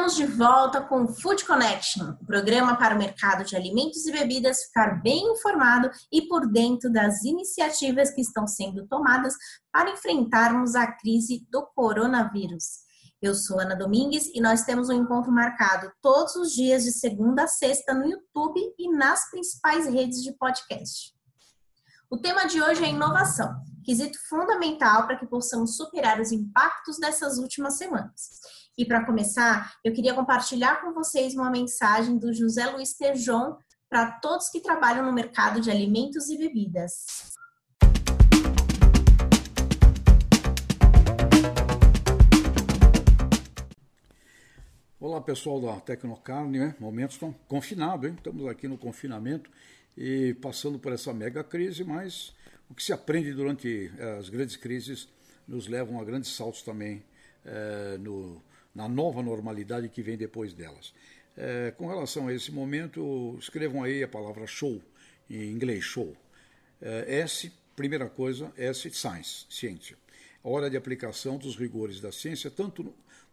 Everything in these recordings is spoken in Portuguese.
Estamos de volta com o Food Connection, o programa para o mercado de alimentos e bebidas ficar bem informado e por dentro das iniciativas que estão sendo tomadas para enfrentarmos a crise do coronavírus. Eu sou Ana Domingues e nós temos um encontro marcado todos os dias de segunda a sexta no YouTube e nas principais redes de podcast. O tema de hoje é inovação, quesito fundamental para que possamos superar os impactos dessas últimas semanas. E para começar, eu queria compartilhar com vocês uma mensagem do José Luiz Tejon para todos que trabalham no mercado de alimentos e bebidas. Olá pessoal da Tecnocarne, né? Momentos estão confinados, hein? Estamos aqui no confinamento e passando por essa mega crise, mas o que se aprende durante as grandes crises nos levam a grandes saltos também na nova normalidade que vem depois delas. Com relação a esse momento, escrevam aí a palavra show, em inglês, show. S, primeira coisa, S, science, ciência. A hora de aplicação dos rigores da ciência, tanto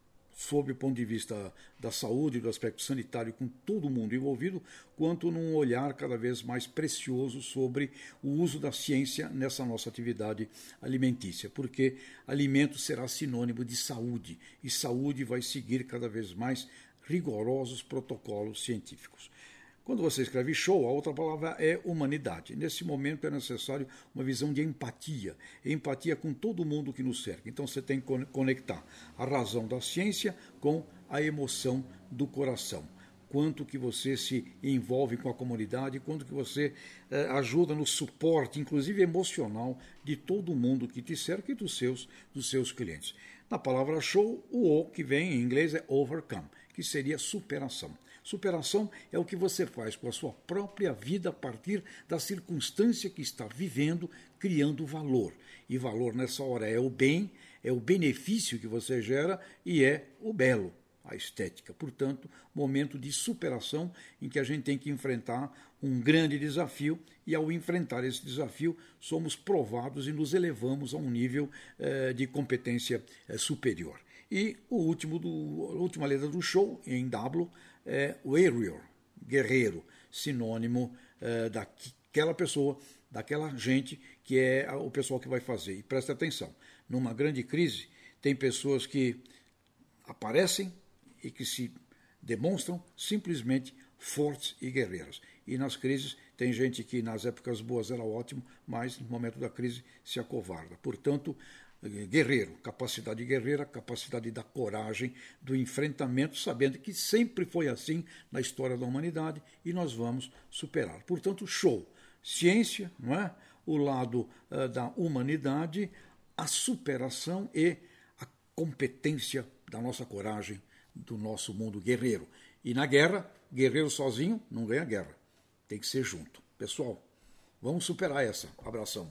sob o ponto de vista da saúde, do aspecto sanitário, com todo mundo envolvido, quanto num olhar cada vez mais precioso sobre o uso da ciência nessa nossa atividade alimentícia, porque alimento será sinônimo de saúde, e saúde vai seguir cada vez mais rigorosos protocolos científicos. Quando você escreve show, a outra palavra é humanidade. Nesse momento é necessário uma visão de empatia com todo mundo que nos cerca. Então você tem que conectar a razão da ciência com a emoção do coração. Quanto que você se envolve com a comunidade, quanto que você ajuda no suporte, inclusive emocional, de todo mundo que te cerca e dos seus clientes. Na palavra show, o O que vem em inglês é overcome, que seria superação. Superação é o que você faz com a sua própria vida a partir da circunstância que está vivendo, criando valor. E valor nessa hora é o bem, é o benefício que você gera e é o belo, a estética. Portanto, momento de superação em que a gente tem que enfrentar um grande desafio e ao enfrentar esse desafio somos provados e nos elevamos a um nível de competência superior. E a última letra do show, em W, é warrior, guerreiro, sinônimo daquela pessoa, daquela gente que é o pessoal que vai fazer. E preste atenção, numa grande crise tem pessoas que aparecem e que se demonstram simplesmente fortes e guerreiras. E nas crises tem gente que nas épocas boas era ótimo, mas no momento da crise se acovarda. Portanto, guerreiro, capacidade guerreira, capacidade da coragem, do enfrentamento, sabendo que sempre foi assim na história da humanidade e nós vamos superar. Portanto, show, ciência, não é? O lado da humanidade, a superação e a competência da nossa coragem, do nosso mundo guerreiro. E na guerra, guerreiro sozinho não ganha guerra, tem que ser junto. Pessoal, vamos superar essa. Abração.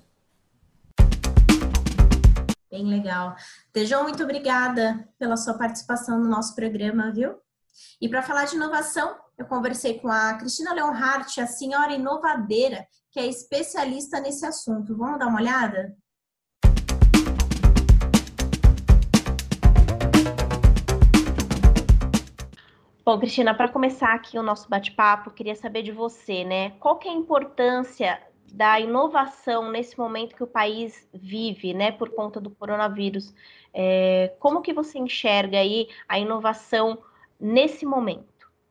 Bem legal. Tejon, muito obrigada pela sua participação no nosso programa, viu? E para falar de inovação, eu conversei com a Cristina Leonhardt, a senhora inovadeira, que é especialista nesse assunto. Vamos dar uma olhada? Bom, Cristina, para começar aqui o nosso bate-papo, queria saber de você, né? Qual que é a importância da inovação nesse momento que o país vive, né, por conta do coronavírus? Como que você enxerga aí a inovação nesse momento?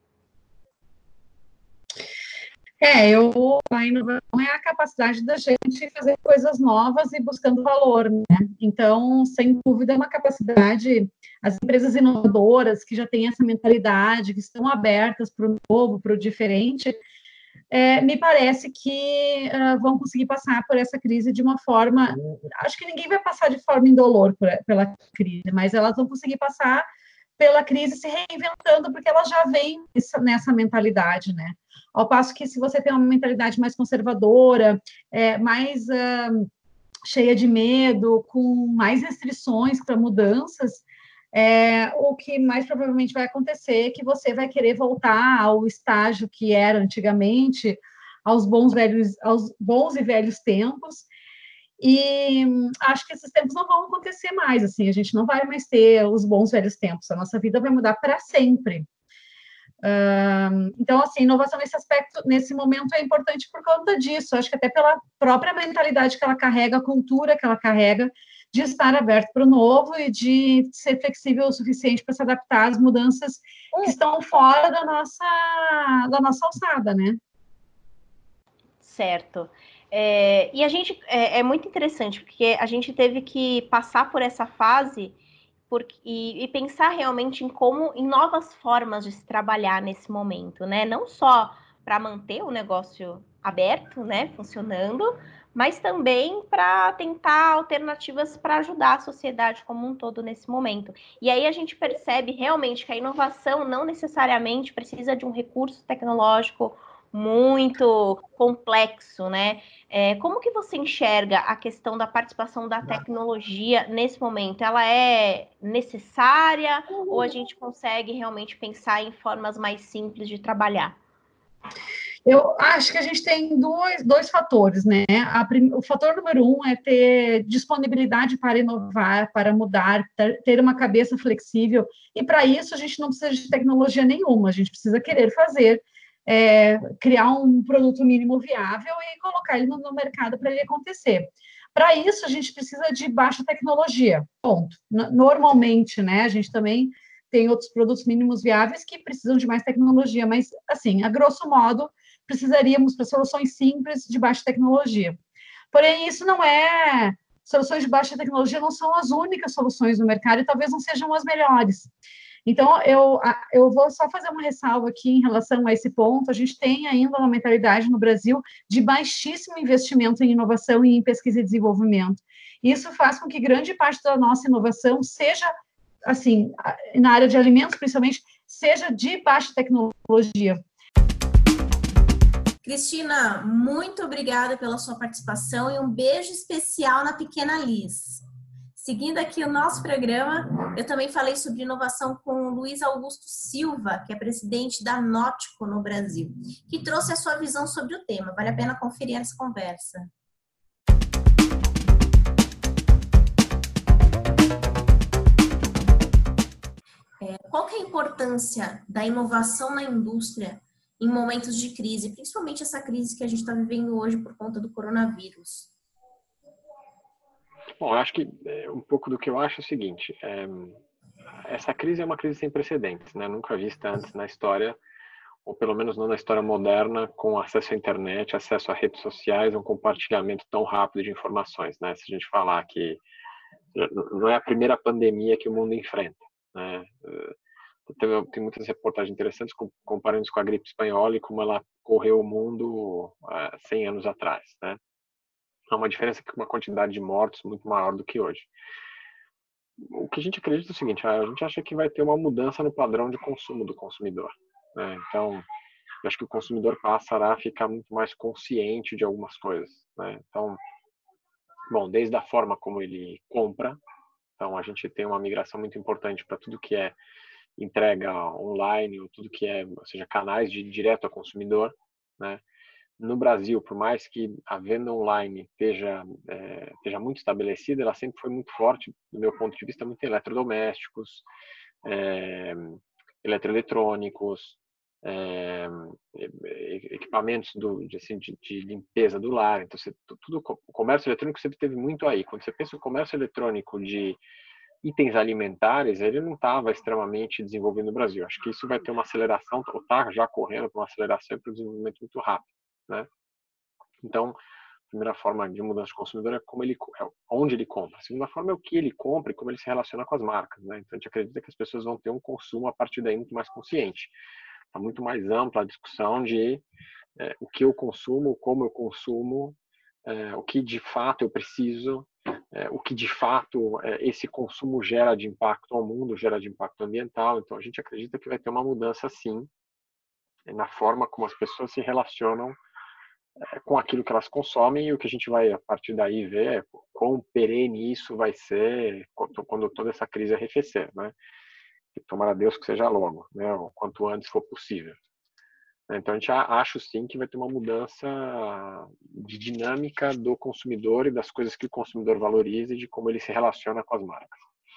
A inovação é a capacidade da gente fazer coisas novas e buscando valor, né? Então, sem dúvida, é uma capacidade, as empresas inovadoras que já têm essa mentalidade, que estão abertas para o novo, para o diferente, me parece que vão conseguir passar por essa crise de uma forma... Acho que ninguém vai passar de forma indolor pela crise, mas elas vão conseguir passar pela crise se reinventando, porque elas já vêm nessa mentalidade, né? Ao passo que se você tem uma mentalidade mais conservadora, mais cheia de medo, com mais restrições para mudanças, o que mais provavelmente vai acontecer é que você vai querer voltar ao estágio que era antigamente, aos bons e velhos tempos, E acho que esses tempos não vão acontecer mais, assim, a gente não vai mais ter os bons velhos tempos, a nossa vida vai mudar para sempre. Então, assim, inovação nesse aspecto, nesse momento, é importante por conta disso, acho que até pela própria mentalidade que ela carrega, a cultura que ela carrega, de estar aberto para o novo e de ser flexível o suficiente para se adaptar às mudanças que estão fora da nossa alçada, né? Certo. E a gente é muito interessante, porque a gente teve que passar por essa fase e pensar realmente em novas formas de se trabalhar nesse momento, né? Não só para manter o negócio aberto, né, funcionando, mas também para tentar alternativas para ajudar a sociedade como um todo nesse momento. E aí a gente percebe realmente que a inovação não necessariamente precisa de um recurso tecnológico muito complexo, né? Como que você enxerga a questão da participação da tecnologia nesse momento? Ela é necessária ou a gente consegue realmente pensar em formas mais simples de trabalhar? Eu acho que a gente tem dois fatores, né? O fator número um é ter disponibilidade para inovar, para mudar, ter uma cabeça flexível, e para isso a gente não precisa de tecnologia nenhuma, a gente precisa querer fazer, criar um produto mínimo viável e colocar ele no mercado para ele acontecer. Para isso, a gente precisa de baixa tecnologia, ponto. Normalmente, né? A gente também tem outros produtos mínimos viáveis que precisam de mais tecnologia, mas, assim, a grosso modo, precisaríamos para soluções simples de baixa tecnologia. Porém, isso não é... Soluções de baixa tecnologia não são as únicas soluções no mercado e talvez não sejam as melhores. Então, eu vou só fazer uma ressalva aqui em relação a esse ponto. A gente tem ainda uma mentalidade no Brasil de baixíssimo investimento em inovação e em pesquisa e desenvolvimento. Isso faz com que grande parte da nossa inovação seja, assim, na área de alimentos, principalmente, seja de baixa tecnologia. Cristina, muito obrigada pela sua participação e um beijo especial na pequena Liz. Seguindo aqui o nosso programa, eu também falei sobre inovação com o Luiz Augusto Silva, que é presidente da Nótico no Brasil, que trouxe a sua visão sobre o tema. Vale a pena conferir essa conversa. Qual que é a importância da inovação na indústria em momentos de crise, principalmente essa crise que a gente está vivendo hoje por conta do coronavírus? Bom, eu acho que um pouco do que eu acho é o seguinte, essa crise é uma crise sem precedentes, né? Nunca vista antes na história, ou pelo menos não na história moderna, com acesso à internet, acesso a redes sociais, um compartilhamento tão rápido de informações, né? Se a gente falar que não é a primeira pandemia que o mundo enfrenta, né? Tem muitas reportagens interessantes comparando isso com a gripe espanhola e como ela correu o mundo 100 anos atrás, né? Há uma diferença com uma quantidade de mortos muito maior do que hoje. O que a gente acredita é o seguinte, a gente acha que vai ter uma mudança no padrão de consumo do consumidor, né? Então, eu acho que o consumidor passará a ficar muito mais consciente de algumas coisas, né? Então, bom, desde a forma como ele compra, então a gente tem uma migração muito importante para tudo que é entrega online, ou tudo que é, ou seja, canais de direto ao consumidor, né? No Brasil, por mais que a venda online esteja muito estabelecida, ela sempre foi muito forte, do meu ponto de vista, muito em eletrodomésticos, eletroeletrônicos, equipamentos de limpeza do lar. Então, o comércio eletrônico sempre teve muito aí. Quando você pensa no comércio eletrônico de itens alimentares, ele não estava extremamente desenvolvido no Brasil. Acho que isso vai ter uma aceleração, ou está já correndo para uma aceleração e para um desenvolvimento muito rápido, né? Então, a primeira forma de mudança de consumidor é onde ele compra. A segunda forma é o que ele compra e como ele se relaciona com as marcas, né? Então, a gente acredita que as pessoas vão ter um consumo a partir daí muito mais consciente. Está muito mais ampla a discussão de o que eu consumo, como eu consumo, o que de fato eu preciso, o que de fato esse consumo gera de impacto ao mundo, gera de impacto ambiental. Então, a gente acredita que vai ter uma mudança, sim, na forma como as pessoas se relacionam com aquilo que elas consomem, e o que a gente vai, a partir daí, ver é quão perene isso vai ser quando toda essa crise arrefecer, né? E tomara a Deus que seja logo, né? O quanto antes for possível. Então, a gente acha sim que vai ter uma mudança de dinâmica do consumidor e das coisas que o consumidor valoriza e de como ele se relaciona com as marcas.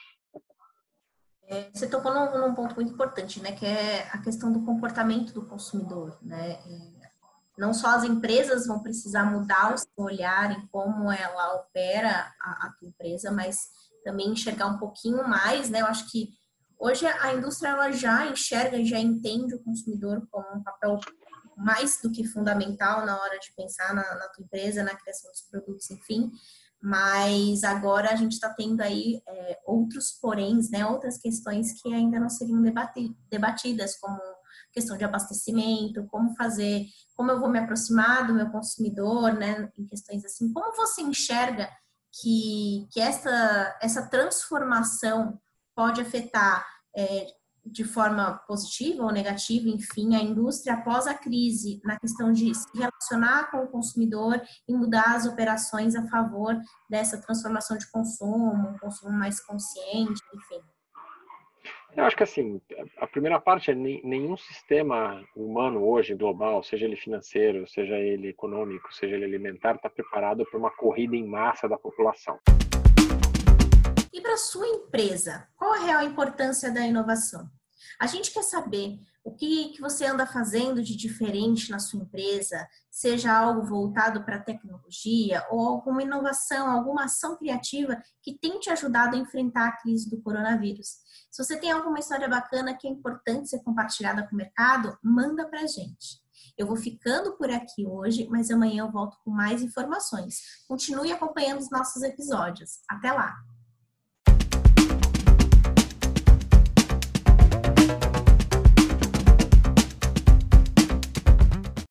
Você tocou num ponto muito importante, né, que é a questão do comportamento do consumidor, né? Não só as empresas vão precisar mudar o seu olhar em como ela opera a tua empresa, mas também enxergar um pouquinho mais, né? Eu acho que hoje a indústria ela já enxerga e já entende o consumidor como um papel mais do que fundamental na hora de pensar na tua empresa, na criação dos produtos, enfim. Mas agora a gente está tendo aí outros poréns, né? Outras questões que ainda não seriam debatidas, como questão de abastecimento, como eu vou me aproximar do meu consumidor, né? Em questões assim, como você enxerga que essa transformação pode afetar de forma positiva ou negativa, enfim, a indústria após a crise, na questão de se relacionar com o consumidor e mudar as operações a favor dessa transformação de consumo, um consumo mais consciente, enfim. Eu acho que assim, a primeira parte é nenhum sistema humano hoje, global, seja ele financeiro, seja ele econômico, seja ele alimentar, está preparado para uma corrida em massa da população. E para a sua empresa, qual a real importância da inovação? A gente quer saber o que você anda fazendo de diferente na sua empresa, seja algo voltado para a tecnologia ou alguma inovação, alguma ação criativa que tem te ajudado a enfrentar a crise do coronavírus. Se você tem alguma história bacana que é importante ser compartilhada com o mercado, manda para a gente. Eu vou ficando por aqui hoje, mas amanhã eu volto com mais informações. Continue acompanhando os nossos episódios. Até lá!